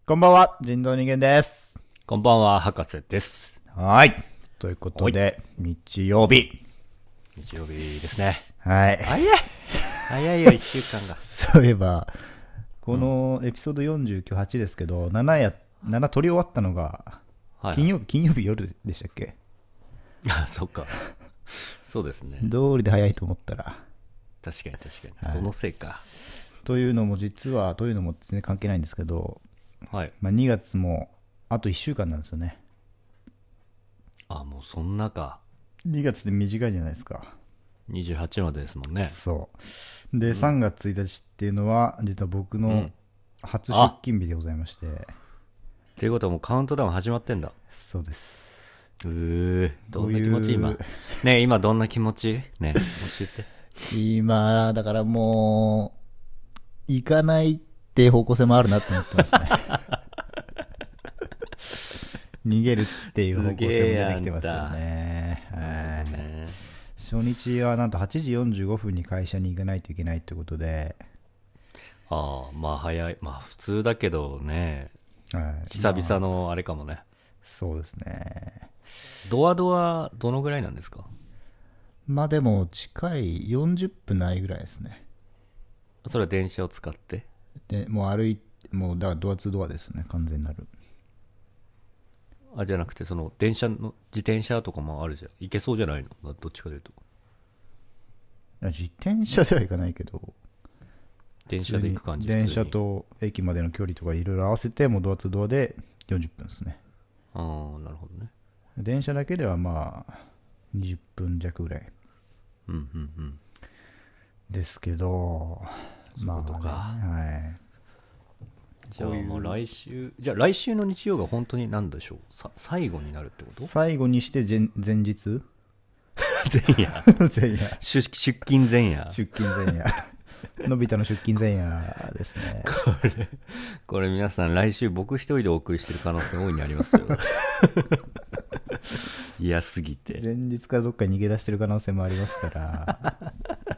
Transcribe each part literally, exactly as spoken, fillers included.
こんばんは、人造人間です。 こんばんは、博士です。 はい。ということで、日曜日。 日曜日ですね。 はい。 早い早いよ、いっしゅうかんが。 そういえば、このエピソードよんじゅうきゅう、はちですけど、ななや、なな撮り終わったのが、金曜日、はい、金曜日夜でしたっけ？ あ、そっか。そうですね。 通りで早いと思ったら。 確かに確かに。 はい、 そのせいか。 というのも実は、というのもですね、関係ないんですけど、 はい。 まあ、にがつもあといっしゅうかんなんですよね。 あ、もうそんなか。 にがつって短いじゃないですか。 にじゅうはちまでですもんね。 そうで、うん、さんがつついたちっていうのは実は僕の初出勤日でございまして、うん、 っていうことはもうカウントダウン始まってんだ。 そうです。 うーどんな気持ち今ねえ今どんな気持ちねえ教えて今だからもう行かないっていう方向性もあるなって思ってますね逃げるっていう方向性も出てきてますよね。はい、ね、初日はなんとはちじよんじゅうごふんに会社に行かないといけないということで、 ああまあ早い、まあ普通だけどね、はい、久々のあれかもね、まあ、 そうですね。 ドアドアどのぐらいなんですか？ まあでも近いよんじゅっぷんないぐらいですね。 それは電車を使ってでもう歩いてもうだからドアツードアですね、完全なる。 あ、じゃなくてその電車の自転車とかもあるじゃん、行けそうじゃないの？どっちかというと自転車では行かないけど電車で行く感じ。 電車と駅までの距離とかいろいろ合わせてもうドアツードアでよんじゅっぷんですね。 ああなるほどね。 電車だけではまあにじゅっぷん弱ぐらいうんうんうんですけど、 そういうことか、 まあね、はい。 じゃあもう来週、じゃあ来週の日曜が本当に何でしょう、さ最後になるってこと？ 最後にして前、前日前夜前夜出出勤前夜出勤前夜のび太の出勤前夜ですね。 これこれ皆さん来週僕一人でお送りしてる可能性大いにありますよ嫌すぎて前日からどっか逃げ出してる可能性もありますから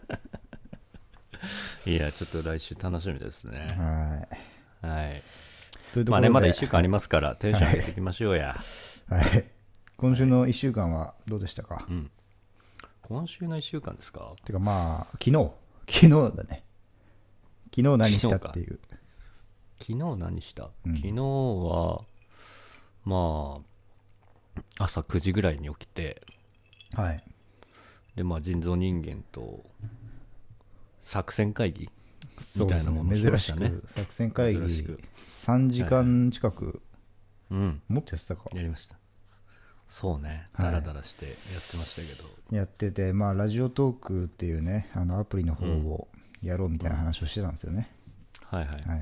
いやちょっと来週楽しみですね。 はいはい。 というところで、 まあね、まだいっしゅうかんありますから、はい、テンション上げていきましょうや。 はい。はい、今週のいっしゅうかんはどうでしたか？ はい、うん。今週のいっしゅうかんですか？ てかまあ、昨日、昨日だね。昨日何したっていう。 昨日何した、 うん、 昨日は、まあ、朝くじぐらいに起きて、 はい。 で、まあ、人造人間と作戦会議みたいなものをしましたね。 珍しく作戦会議さんじかん近く、はいはい、 うん、 もっとやってたか。 やりました。そうね、ダラダラしてやってましたけど、はい、 やってて、まあラジオトークっていうね、あのアプリの方をやろうみたいな話をしてたんですよね。 うん、はいはい、はい、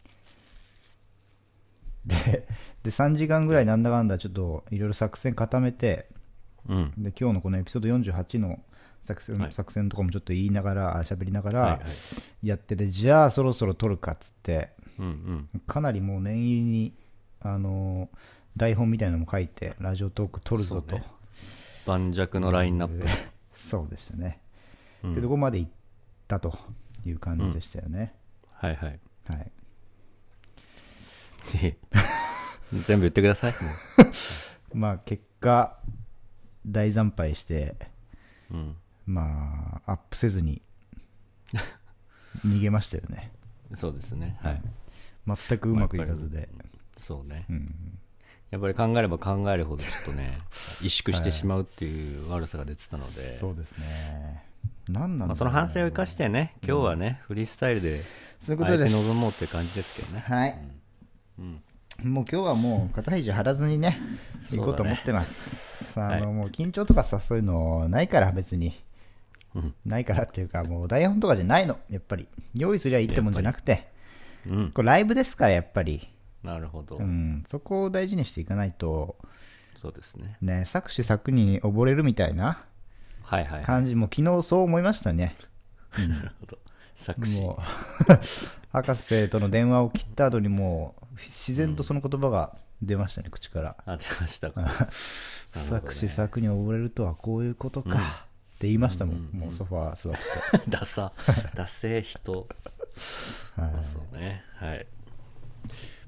で, でさんじかんぐらいなんだかんだちょっといろいろ作戦固めて、うん、で今日のこのエピソードよんじゅうはちの作戦、はい、作戦とかもちょっと言いながら喋りながらやってて、はいはい、じゃあそろそろ撮るかっつって、うんうん、かなりもう念入りにあの台本みたいなのも書いてラジオトーク撮るぞと、ね、 盤石のラインナップ、えー、 そうでしたね、うん、でどこまで行ったという感じでしたよね、 うん、はいはいはい全部言ってくださいまあ結果大惨敗して、 うん、 まあアップせずに逃げましたよねそうですね、はい、 全くうまくいかずで、 そうね、 うん、 やっぱり考えれば考えるほどちょっとね萎縮してしまうっていう悪さが出てたので、はい、 そうですね。なんなんだろうね、 まあ、その反省を生かしてね、今日はね、うん、フリースタイルでそういうことです。 臨もうって感じですけどね。 はい、うんうん、もう今日はもう肩肘張らずにね行こうと思ってます、ね、あの、はい、もう緊張とかさそういうのないから別に、うん、ないからっていうかもう台本とかじゃないの、やっぱり用意すりゃいいってもんじゃなくて、うん、これライブですからやっぱり。 なるほど、 うん、そこを大事にしていかないと。 そうですね。 ね、作詞作に溺れるみたいな感じも昨日そう思いましたね。 なるほど。作詞。もう博士との電話を切った後にもう自然とその言葉が出ましたね、うん、口から。 あ、出ましたか。 作詞作に溺れるとはこういうことか、うん、って言いましたもん、うんうんうん、もうソファー座ってダサダセー人、はい、まあ、そうね、はい。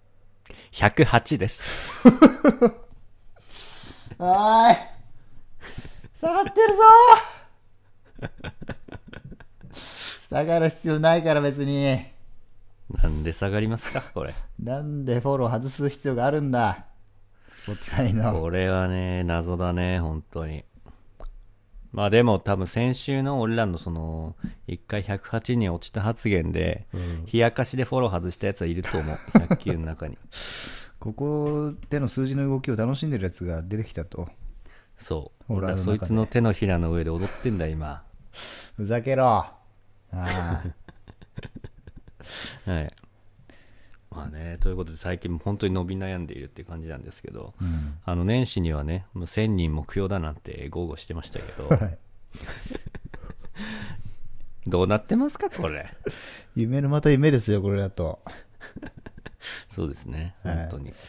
ひゃくはちです。 おーい下がってるぞ下がる必要ないから別に。 なんで下がりますかこれ。 なんでフォロー外す必要があるんだ Spotify の。 これはね謎だね本当に。まあでも多分先週の俺らのそのいっかいひゃくはちに落ちた発言で、うん、冷やかしでフォロー外したやつはいると思う。ひゃくきゅうの中にここでの数字の動きを楽しんでるやつが出てきたと。 そう俺らそいつの手のひらの上で踊ってんだ今。 ふざけろ。ああはい。まあね、ということで最近本当に伸び悩んでいるっていう感じなんですけど、うん、あの年始にはねもうせんにん目標だなんて豪語してましたけど、はい、どうなってますかこれ。 夢のまた夢ですよこれだと。 そうですね本当に、はい、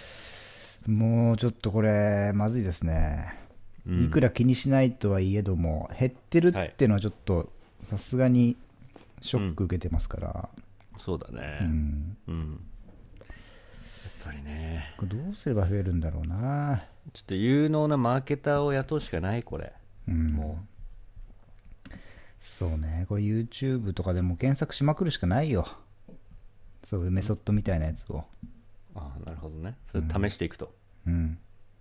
もうちょっとこれまずいですね、うん、いくら気にしないとはいえども減ってるっていうのはちょっとさすがにショック受けてますから、 うん、そうだねうん、うんやっぱりねこれどうすれば増えるんだろうな。 ちょっと有能なマーケターを雇うしかないこれ、うん、もうそうねこれ YouTube とかでも検索しまくるしかないよそういうメソッドみたいなやつを。 ああなるほどねそれ試していくと、うん、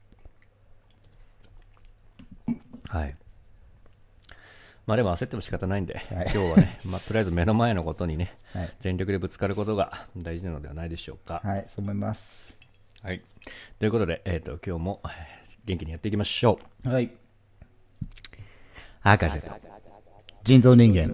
うん、はいまあでも焦っても仕方ないんで、はい、今日はね、まあ、とりあえず目の前のことにね、はい、全力でぶつかることが大事なのではないでしょうか。 はい、そう思います。 はい、ということで、えーと、今日も元気にやっていきましょう。はい。 博士と人造人間。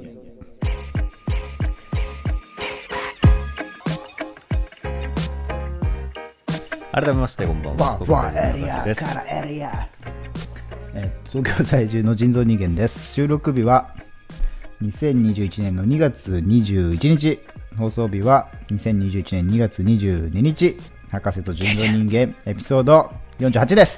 改めましてこんばんは。 わわエリアからエリア。東京在住の人造人間です。収録日はにせんにじゅういちねんのにがつにじゅういちにち、放送日はにせんにじゅういちねんにがつにじゅうににち、博士と人造人間エピソードよんじゅうはちです。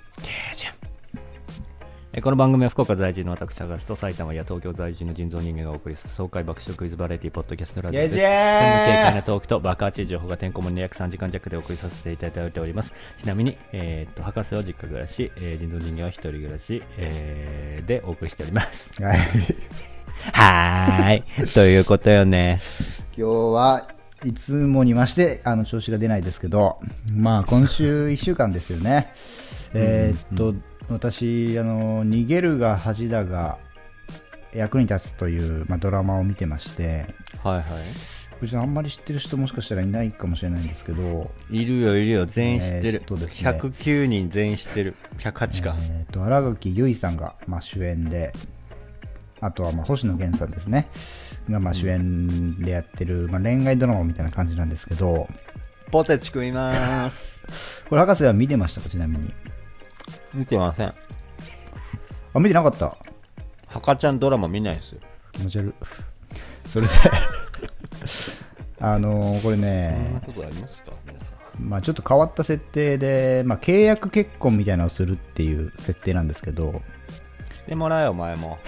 この番組は福岡在住の私博士と埼玉や東京在住の人造人間がお送りする爽快爆笑クイズバラエティポッドキャストラジオです。天の軽快なトークと爆発情報がてんこ盛りの約さんじかん弱でお送りさせていただいております。ちなみに、えー、と博士は実家暮らし、えー、人造人間は一人暮らし、えー、でお送りしております。はいはいということよね。 今日はいつもにましてあの調子が出ないですけど、まあ今週いっしゅうかんですよね。えー、っと、うん私あの逃げるが恥だが役に立つという、まあ、ドラマを見てまして、 はいはい、 これあんまり知ってる人もしかしたらいないかもしれないんですけど、 いるよいるよ全員知ってる、えーね、ひゃくきゅうにん全員知ってる。ひゃくはちか、 えー、と新垣結衣さんが、まあ、主演で、あとはまあ星野源さんですねがまあ主演でやってる、うんまあ、恋愛ドラマみたいな感じなんですけど、 ポテチ食いますこれ博士は見てましたか？ちなみに見てません。 あ、見てなかった。 博ちゃんドラマ見ないですよ。 気持ち悪い。それであのー、これね、 そんなことありますか皆さん。 まあちょっと変わった設定で、まあ、契約結婚みたいなのをするっていう設定なんですけど、 でもらえよお前も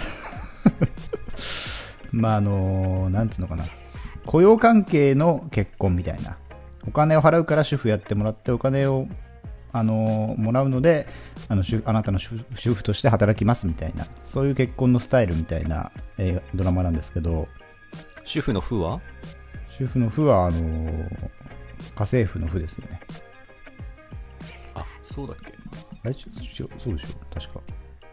まああのー、なんつうのかな、雇用関係の結婚みたいな、お金を払うから主婦やってもらってお金をあのもらうので、あのあなたの主婦として働きますみたいな、そういう結婚のスタイルみたいな映画ドラマなんですけど、 主婦の婦は主婦の婦はあの家政婦の婦ですよね。 あ、そうだっけ。 あれそうでしょ確か。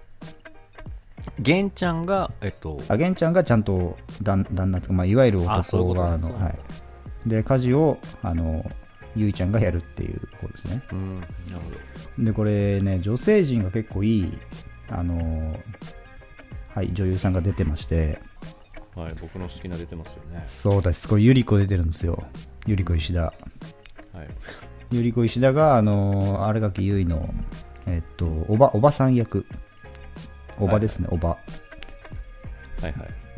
玄ちゃんがえっとあ玄ちゃんがちゃんと旦那つか、まあ、いわゆる男側の、はい、で家事をあのゆいちゃんがやるっていうことですね。 うん、なるほど。 でこれね、女性陣が結構いいあの、はい、女優さんが出てまして、 はい、僕の好きな出てますよね。 そうです。これゆり子出てるんですよ。ゆり子石田。はい。ゆり子石田があの新垣結衣のえっとおばおばさん役。おばですね、はいはい、おば。 はいはい。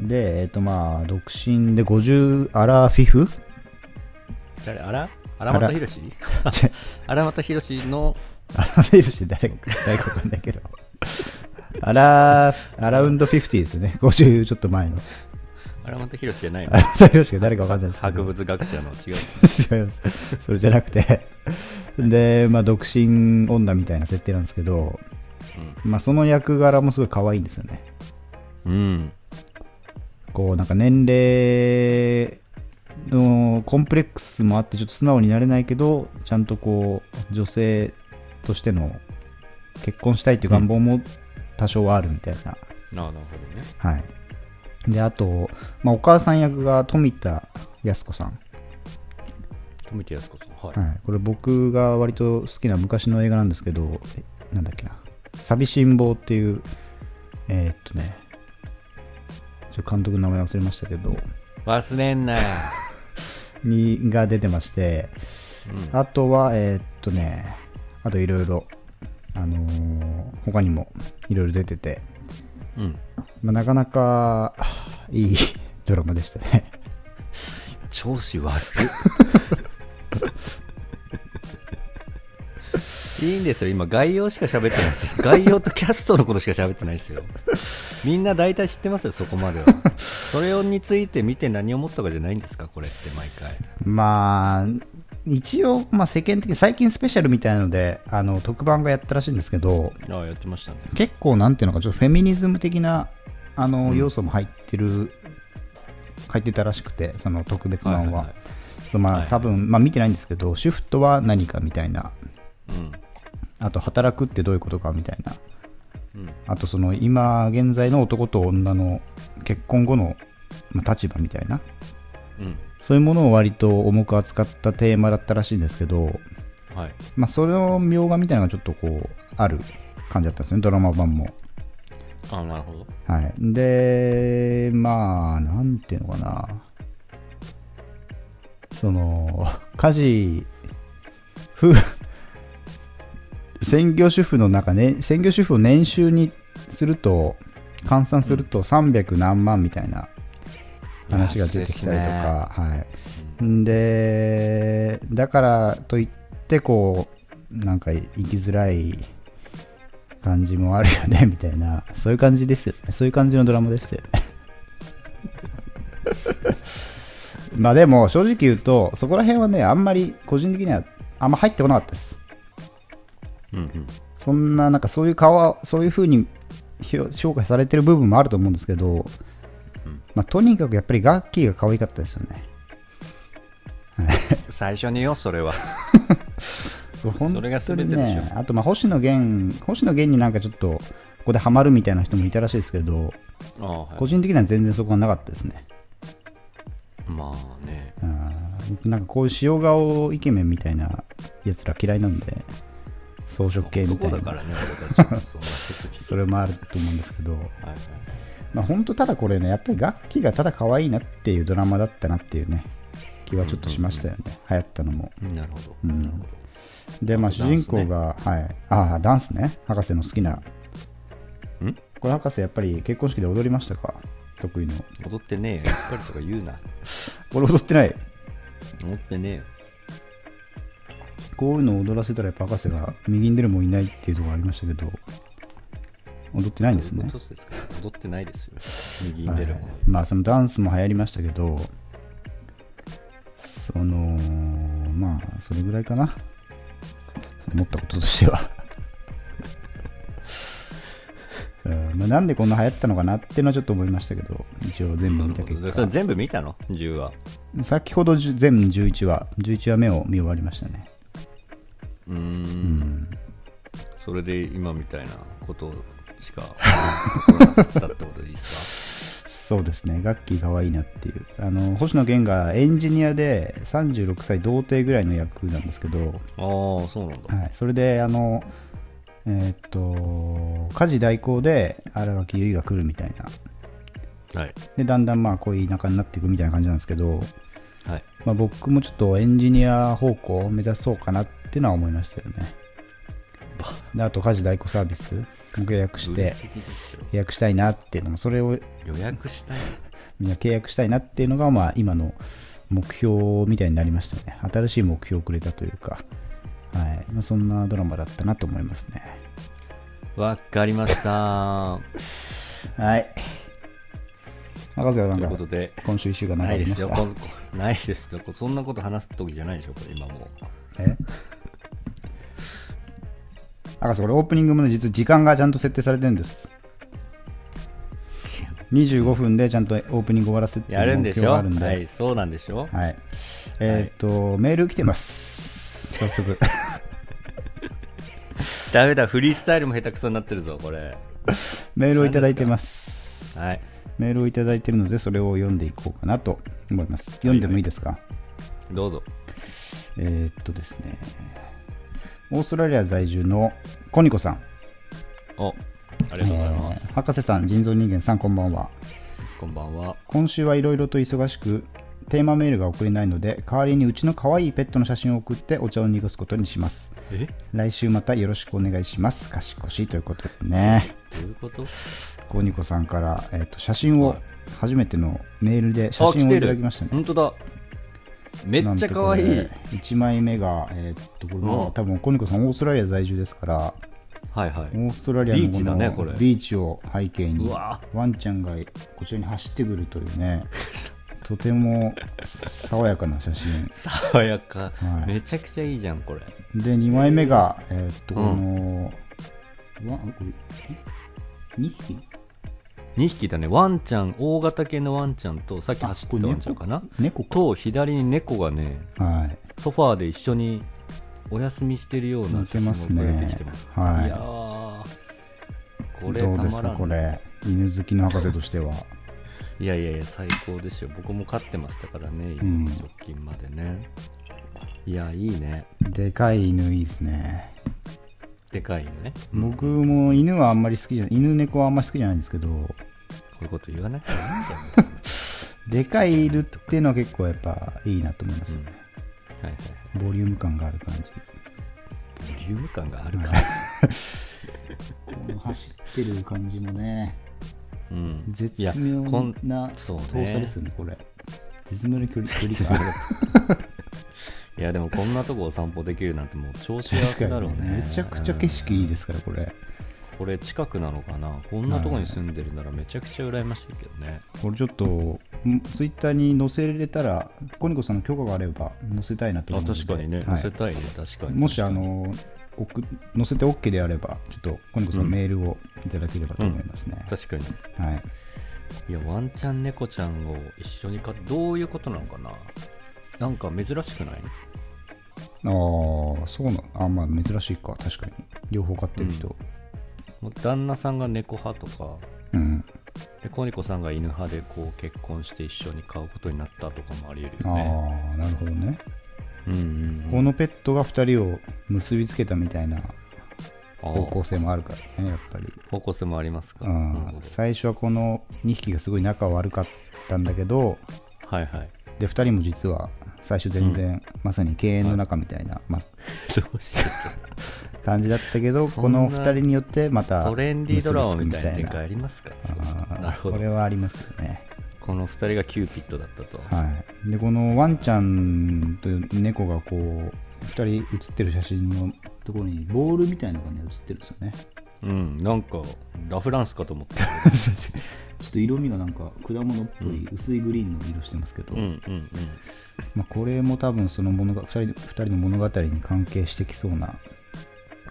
で、えっとまあ独身でごじゅうアラフィフ。 誰？あら？荒俣宏？荒俣宏の荒俣宏って誰か誰かわかんないけど。アラアラウンドフィフティーですよね。ごじゅうちょっと前の。 荒俣宏じゃないの？ 荒俣宏が誰かわかんないですけど。 博物学者の違う。 違います。それじゃなくてで、まあ独身女みたいな設定なんですけど、うん、まあその役柄もすごい可愛いんですよね。 うん。 こうなんか年齢のコンプレックスもあってちょっと素直になれないけど、ちゃんとこう女性としての結婚したいっていう願望も多少はあるみたいな。 うん、ああ、なるほどね。 はい。であと、まあ、お母さん役が富田靖子さん。 富田靖子さん、 はい、はい。これ僕が割と好きな昔の映画なんですけど、なんだっけな、寂しん坊っていう、えー、っとね、ちょっと監督の名前忘れましたけど、 忘れんなにが出てまして、うん、あとはえー、っとね、あといろいろあのー、他にもいろいろ出てて、うん、まあ、なかなかいいドラマでしたね。 調子悪いいいんですよ、今概要しか喋ってないです。概要とキャストのことしか喋ってないですよ。みんな大体知ってますよ、そこまでは。それについて見て何を思ったかじゃないんですか、これって毎回。 まあ一応、まあ、世間的に最近スペシャルみたいなのであの特番がやったらしいんですけど、 ああやってましたね。 結構なんていうのか、ちょっとフェミニズム的なあの、うん、要素も入ってる入ってたらしくて、その特別版は、はいはいはい、そう、まあ、はいはい、多分、まあ、見てないんですけど、主婦とは何かみたいな、うん、あと働くってどういうことかみたいな、うん、あとその今現在の男と女の結婚後の立場みたいな、うん、そういうものを割と重く扱ったテーマだったらしいんですけど、はい、まあ、それの描画みたいなのがちょっとこうある感じだったんですね、ドラマ版も。 あ、なるほど。 はい、でまあなんていうのかな、その家事夫専業主婦の中ね、専業主婦を年収にすると換算するとさんびゃくなんまんみたいな話が出てきたりとか、はい、でだからといってこうなんか生きづらい感じもあるよねみたいな、そういう感じですよね。そういう感じのドラマでしたよね。まあでも正直言うとそこら辺はね、あんまり個人的にはあんま入ってこなかったです。うんうん、そんななんかそういう顔はそういう風に評価されてる部分もあると思うんですけど、うん、まあ、とにかくやっぱりガッキーが可愛かったですよね。 最初によ、それは。 本当にね、それが全てでしょ。あとまあ星野源星野源になんかちょっとここでハマるみたいな人もいたらしいですけど、あ、はい、個人的には全然そこはなかったですね。 まあね、 あ、なんかこういう塩顔イケメンみたいなやつら嫌いなんで、装飾系みたいな、だからね、それもあると思うんですけど、はいはい、まあ、本当ただこれね、やっぱりガッキーがただ可愛いなっていうドラマだったなっていうね気はちょっとしましたよね、うんうんうん、流行ったのも。 なるほど、 うん、 なるほど。 で、まあ、主人公が、ね、はい、ああダンスね、博士の好きな。んこれ博士やっぱり結婚式で踊りましたか？得意の。 踊ってねえよ、やっぱりとか言うな。 俺踊ってない。 踊ってねえよ。 こういうのを踊らせたらやっぱ博士が右に出るもいないっていうところありましたけど、踊ってないんですね。 そうですか。踊ってないですよ、右に出るも、はい、 まあそのダンスも流行りましたけど、そのまあそれぐらいかな。 思ったこととしてはうんまあ、なんでこんな流行ったのかなっていうのはちょっと思いましたけど、一応全部見た結果。 それ全部見たの ?じゅう 話。 先ほど全じゅういちわ、じゅういちわめを見終わりましたね。 うーん。うんそれで今みたいなことしかなかったってことでいいですか？ そうですね、ガッキーかわいいなっていう。あの星野源がエンジニアでさんじゅうろくさい童貞ぐらいの役なんですけど、 ああ、そうなんだ。 はい、それであのえー、っと家事代行で新垣結衣が来るみたいな、はい、でだんだんまあこういう仲になっていくみたいな感じなんですけど、はいまあ、僕もちょっとエンジニア方向を目指そうかなっていうのは思いましたよね。であと家事代行サービス僕予約して予約したいなっていうのも、それを予約したいみんな契約したいなっていうのがまあ今の目標みたいになりましたね。新しい目標をくれたというか、はいまあ、そんなドラマだったなと思いますね。 わかりましたはい博士はなんかということで今週いっしゅうかん長いましたないですよないですよそんなこと話す時じゃないでしょこれ今もうえ博士これオープニングもね実は時間がちゃんと設定されてるんです。にじゅうごふんでちゃんとオープニング終わらせてやるんでしょ。はいそうなんでしょ。 はいえー、っと、はい、メール来てます早速ダメだフリースタイルも下手くそになってるぞこれメールをいただいてます。 はいメールをいただいているのでそれを読んでいこうかなと思います。読んでもいいですか？はいはい、どうぞ。 えー、っとですねオーストラリア在住のコニコさん。 おありがとうございます、 えー、博士さん人造人間さんこんばんは。 こんばんは。 今週はいろいろと忙しくテーマメールが送れないので代わりにうちの可愛いペットの写真を送ってお茶を濁すことにします。 え来週またよろしくお願いします。かしこしということでね。 どういうこと？ コニコさんから、えー、と写真を、はい、初めてのメールで写真をいただきましたね。 本当だめっちゃ可愛い。 いちまいめが、えー、っとこれは多分コニコさんオーストラリア在住ですから、 はいはい、 オーストラリアのビーチだねこれ。 ビーチを背景にワンちゃんがこちらに走ってくるというねとても爽やかな写真爽やか、はい、めちゃくちゃいいじゃんこれでにまいめが、えー、っとこの、うん、わこれにひきにひきだね。ワンちゃん大型犬のワンちゃんとさっき走ってたワンちゃんかな猫と左に猫がね、はい、ソファーで一緒にお休みしてるような写真が送られてきてます。 はい、 いやーこれたまらん、ね、 どうですかこれ犬好きの博士としては。 いやいやいや最高ですよ。僕も飼ってましたからね、うん、直近までね。いやいいね。 でかい犬いいですね。 でかい犬ね。 僕も犬はあんまり好きじゃない、犬猫はあんまり好きじゃないんですけど、こういうこと言わなきゃいいんじゃないでかい犬っていうのは結構やっぱいいなと思いますよね、 うんはいはい、 ボリューム感がある感じ。ボリューム感があるか、 はい、この走ってる感じもね、うん、絶妙な遠さですよねこれ。絶妙な距離感いやでもこんなとこお散歩できるなんてもう調子悪だろうね。 めちゃくちゃ景色いいですからこれ、うん、 これ近くなのかな。こんなとこに住んでるならめちゃくちゃ羨ましいけどね。 これちょっとツイッターに載せれたらコニコさんの許可があれば載せたいなと思うので。 あ確かにね、はい、載せたいね。確かにもしあの載せて OK であればちょっとコニコさんメールをいただければと思いますね、 うんうん、確かに、 はい、 いやワンちゃん猫ちゃんを一緒に飼ってどういうことなのかな。なんか珍しくない？ ああそうなの。あまあ珍しいか。確かに両方飼ってる人、 うん、旦那さんが猫派とか、 うん、 でコニコさんが犬派でこう結婚して一緒に飼うことになったとかもあり得るよね。 ああなるほどね、 うんうんうん、 このペットがふたりを結びつけたみたいな方向性もあるからね。やっぱり方向性もありますか。 うん、最初はこのにひきがすごい仲悪かったんだけど、 はいはい、 でふたりも実は最初全然、うん、まさに敬遠の中みたいな、まあ、 どうして感じだったけどこのふたりによってまたトレンディードラマみたいな展開ありますか。 なるほどこれはありますよね。 このふたりがキューピッドだったと、 はい、でこのワンちゃんと猫がこうふたり写ってる写真のところにボールみたいなのがね写ってるんですよね。 うん、なんかラフランスかと思ってちょっと色味がなんか果物っぽい薄いグリーンの色してますけど、うんうんうんまあ、これも多分その物が 2, 人ふたりの物語に関係してきそうな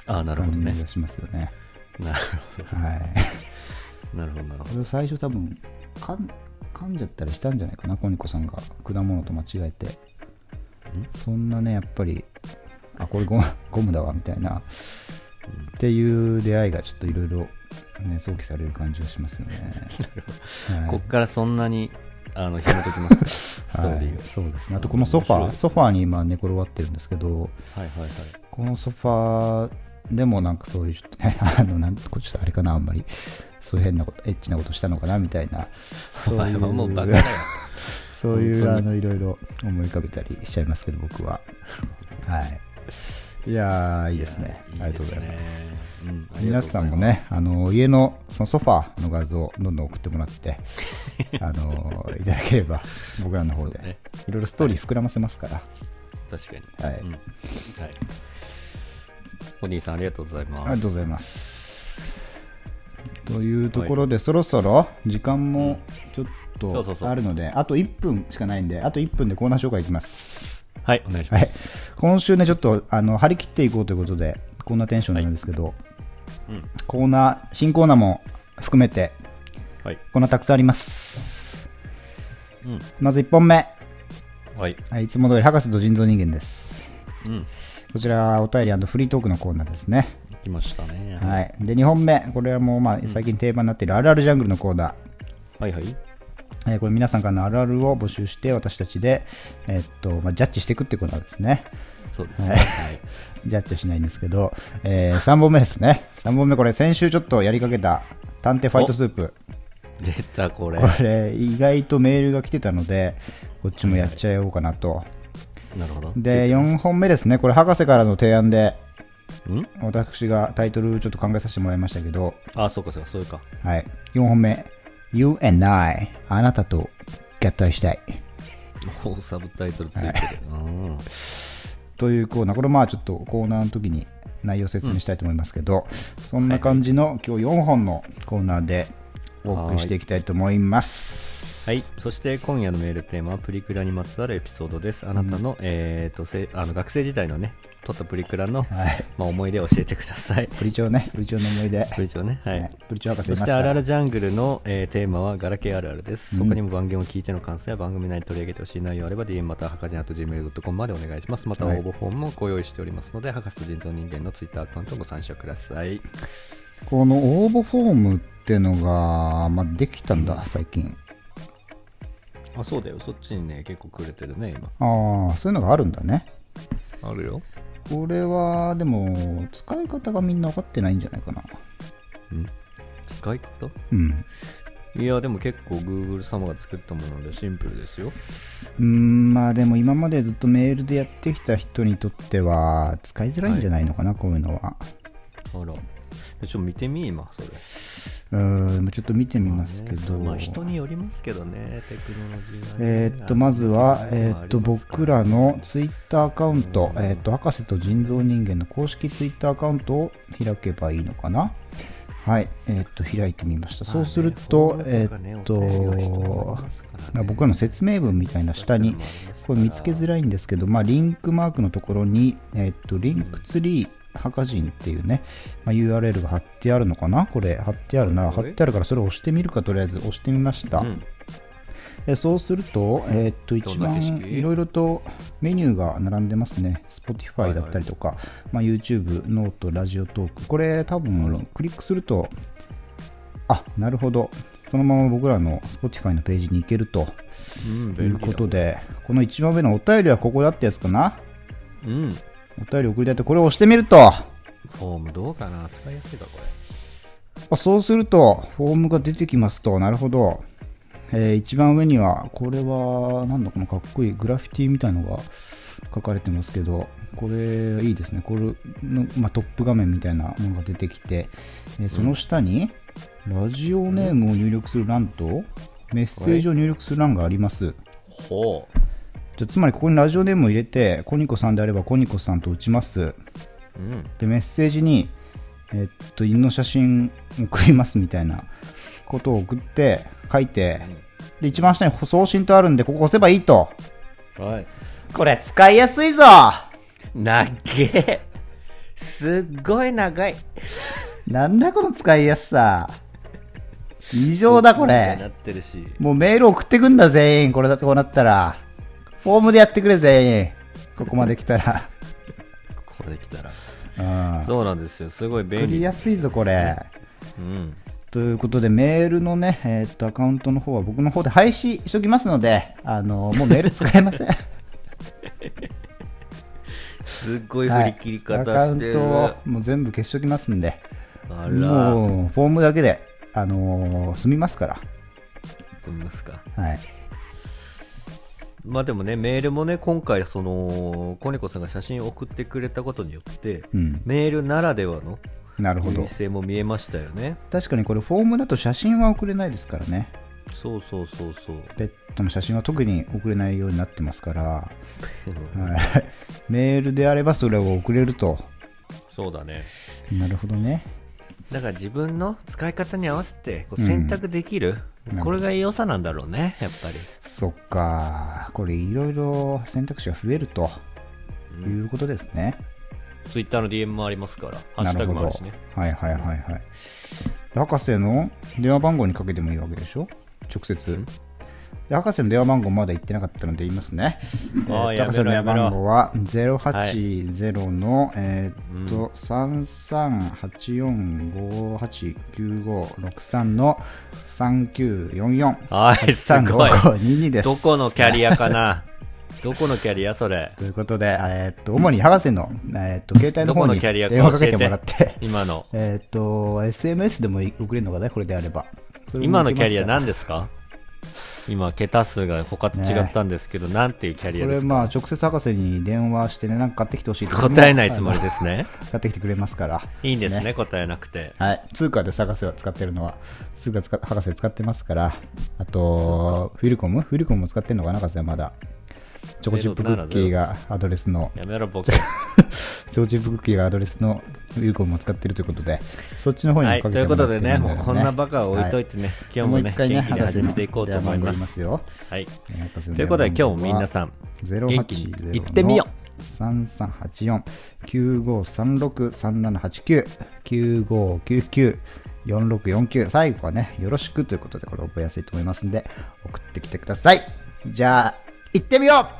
あ、なるほどね。 感じがしますよね。 なるほど。はい。なるほど、なるほど。 これ最初多分かん噛んじゃったりしたんじゃないかな、コニコさんが果物と間違えて。そんなね、やっぱり、あ、これゴム、ゴムだわみたいな、うん、っていう出会いがちょっといろいろね、想起される感じがしますよね。 はい、こっからそんなにあの紐解きますかストーリーが、はい、 そうですね。あとこのソファー、ソファーに今寝転がってるんですけど、はいはいはい、このソファーでもなんかそういうちょっとね、あのなんちょっとあれかな、あんまりそういう変なこと、エッチなことしたのかなみたいな、そういうもうバカだよそういうあのいろいろ思い浮かべたりしちゃいますけど、僕は。はい。いやー、いいですね。いいですね。ありがとうございます。うん、皆さんもね、あの家のそのソファーの画像どんどん送ってもらってあのいただければ僕らの方で、ね、いろいろストーリー膨らませますから。 確かに。 はい。 うん、はい。お兄さんありがとうございます。 ありがとうございます。というところで、はい、そろそろ時間もちょっとあるので、あといっぷんしかないんで、あといっぷんでコーナー紹介いきます。 はい、お願いします。はい、 今週ね、ちょっとあの張り切っていこうということで、こんなテンションなんですけど、はい、うん、コーナー、新コーナーも含めて、はい、コーナーたくさんあります。うん、まずいっぽんめ、はい、いつも通り博士と人造人間です。うん、こちらお便り&フリートークのコーナーですね。 来ましたね。 はい。でにほんめ、これはもうまあ最近定番になっているあるあるジャングルのコーナー。 はいはい。 えー、これ皆さんからのあるあるを募集して私たちで、えーっとまあ、ジャッジしていくってことなんですね。 そうですね。はい、 ジャッジはしないんですけど、えー、さんぼんめですね。さんぼんめ、これ先週ちょっとやりかけた探偵ファイトスープ。 出たこれ。 これ意外とメールが来てたので、こっちもやっちゃおうかなと。 なるほど。 で、よんほんめですね。これ博士からの提案で、ん私がタイトルちょっと考えさせてもらいましたけど。 あ、そうかそうか、そういうか。 はい。よんほんめ。You and I あなたと合体したい。 もうサブタイトルついてる、はい、 というコーナー、これまあちょっとコーナーの時に内容を説明したいと思いますけど、うん、そんな感じの今日よんほんのコーナーでお送りしていきたいと思います。 はい、そして今夜のメールテーマはプリクラにまつわるエピソードです。あなたの、うん、えーとせあの学生時代のね撮ったプリクラの、はい、まあ、思い出を教えてください。 プリチョウね、プリチョウの思い出。 プリチョウね、はい。はい、 プリチョウ博士いますから。 そしてあるあるジャングルの、えー、テーマはガラケーあるあるです。うん、他にも番組を聞いての感想や番組内に取り上げてほしい内容あれば ディーエム またはかじん アット ジーメール ドット コム までお願いします。また応募フォームもご用意しておりますので、はい、博士と人造人間のツイッターアカウントをご参照ください。 この応募フォームってのが、まあ、できたんだ、最近。 あ、そうだよ。そっちにね、結構くれてるね、今。 ああ、そういうのがあるんだね。 あるよ。 これはでも使い方がみんな分かってないんじゃないかな。 ん使い方？ うん。 いやでも結構 Google 様が作ったものでシンプルですよ。 うーん、まあでも今までずっとメールでやってきた人にとっては使いづらいんじゃないのかな、はい、こういうのは。 あら。ちょっと見てみ今それ。 うーん、ちょっと見てみますけど。 まあ、ね、まあ人によりますけどね、テクノロジーは、ね。 えー、っとまずは、えー、っと僕らのツイッターアカウント、えー、っと博士と人造人間の公式ツイッターアカウントを開けばいいのかな。はい、えー、っと開いてみました。そうすると、えー、っと、ね、僕らの説明文みたいな下にこれ見つけづらいんですけど、まあ、リンクマークのところに、えー、っとリンクツリー博人っていうね、まあ、ユーアールエル が貼ってあるのかな。これ貼ってあるな、貼ってあるからそれを押してみるか。とりあえず押してみました。うん、えそうすると、えー、っと一番いろいろとメニューが並んでますね。 Spotify だったりとか、はいはい、まあ、YouTube、ノート、ラジオトーク、これ多分クリックすると、あ、なるほど、そのまま僕らの Spotify のページに行けるということで、うん、この一番上のお便りはここだってやつかな。うん、お便り送りたいと、これを押してみると、 フォームどうかな、使いやすいかこれ。 あ、そうするとフォームが出てきますと、なるほど、えー、一番上にはこれはなんだこのかっこいいグラフィティみたいのが書かれてますけど、これいいですね。これの、まあ、トップ画面みたいなものが出てきて、えー、その下にラジオネームを入力する欄とメッセージを入力する欄があります。 ほう。 じゃつまりここにラジオネームを入れて、コニコさんであればコニコさんと打ちます。うん、でメッセージに、えー、っと犬の写真送りますみたいなことを送って書いて、で一番下に送信とあるんでここ押せばいいと。 はい。 これ使いやすいぞ。 なっげすっごい長い。 なんだこの使いやすさ。異常だこれ。 なってるし、 もうメール送ってくんだ全員。これだってこうなったら。フォームでやってくれ全員。ここまで来たら。 ここまで来たら。 うん、 そうなんですよ。すごい便利。 送りやすいぞこれ。 うん。 ということでメールのね、えー、っとアカウントの方は僕の方で廃止しときますので、あのー、もうメール使えません。 すっごい振り切り方してる、 はい、アカウントをもう全部消しときますんで、 あら、 もうフォームだけで、あのー、済みますから。 済みますか。 はい。 まあでもね、メールもね、今回そのコネコさんが写真を送ってくれたことによって、うん、メールならではの優位性も見えましたよね。 確かにこれフォームだと写真は送れないですからね。 そうそうそうそう。 ペットの写真は特に送れないようになってますから、はい、メールであればそれを送れると。 そうだね。 なるほどね。 だから自分の使い方に合わせてこう選択できる、うん、これが良さなんだろうね、やっぱり。 そっか、これいろいろ選択肢が増えるということですね。 うん、ツイッターの ディーエム もありますから、ハッシュタグもあるしね。 はいはいはいはい。博士の電話番号にかけてもいいわけでしょ、直接。で博士の電話番号まだ言ってなかったので言いますね。えー、博士の電話番号はゼロはちゼロの、はい、えー、っと、うん、さんさんはちよんごはちきゅうごろくさんのさんきゅうよんよん。 はい、すごい。 にじゅうにです。 どこのキャリアかな。どこのキャリアそれ。 ということで、えー、っと主に博士の、えー、っと携帯の方に電話かけてもらって、 今のえー、っと エスエムエス でも送れるのかね、これであれば。 今のキャリア何ですか？今桁数が他と違ったんですけど、ね、なんていうキャリアですか？ これまあ直接博士に電話してね、なんか買ってきてほしいと答えないつもりですね。 買ってきてくれますから。 いいんですね、ね、答えなくて。 はい、通貨で博士は使ってるのは、通貨使博士使ってますから、あとフィルコムフィルコムも使ってるのかな、博士はまだ。チョコチップクッキーがアドレスの、 やめろボケ。 チョコチップクッキーがアドレスのフィルコムも使ってるということで、そっちの方にもかけてもらってるんだよね。はい、ということでね、もうこんなバカを置いといてね、はい、今日もね、元気に始めていこうと思います。 よはい。ということで今日も皆さん、元気にいってみよう。 さんさんはちよん きゅうごさんろく さんななはちきゅう きゅうごきゅうきゅう よんろくよんきゅう、最後はね、よろしくということで、これ覚えやすいと思いますんで、送ってきてください。じゃあ、行ってみよう。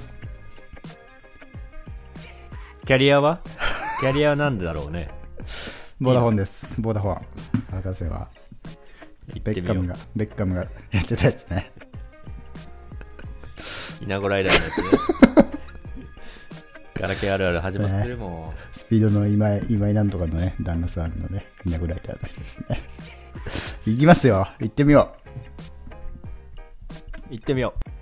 キャリアはキャリアは何でだろうね。 ボーダフォンです。ボーダフォン。博士はベッカムがベッカムがやってたやつね。 稲子ライダーのやつね。ガラケーあるある始まってるもん、ね、 スピードの今井今井なんとかのね、旦那さんのね、稲子ライダーの人ですね。行きますよ。行ってみよう。行ってみよう。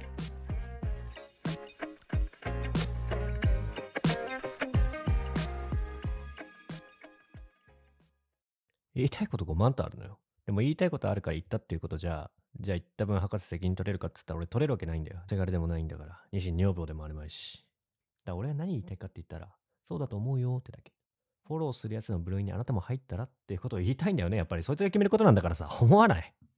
言いたいことごまんとあるのよ。でも言いたいことあるから言ったっていうことじゃあ、じゃあ言った分博士責任取れるかっつったら俺取れるわけないんだよ。せがれでもないんだから。二心女房でもあるまいし。だから俺は何言いたいかって言ったら、そうだと思うよってだけ。フォローするやつの部類にあなたも入ったらっていうことを言いたいんだよね。やっぱりそいつが決めることなんだからさ、思わない。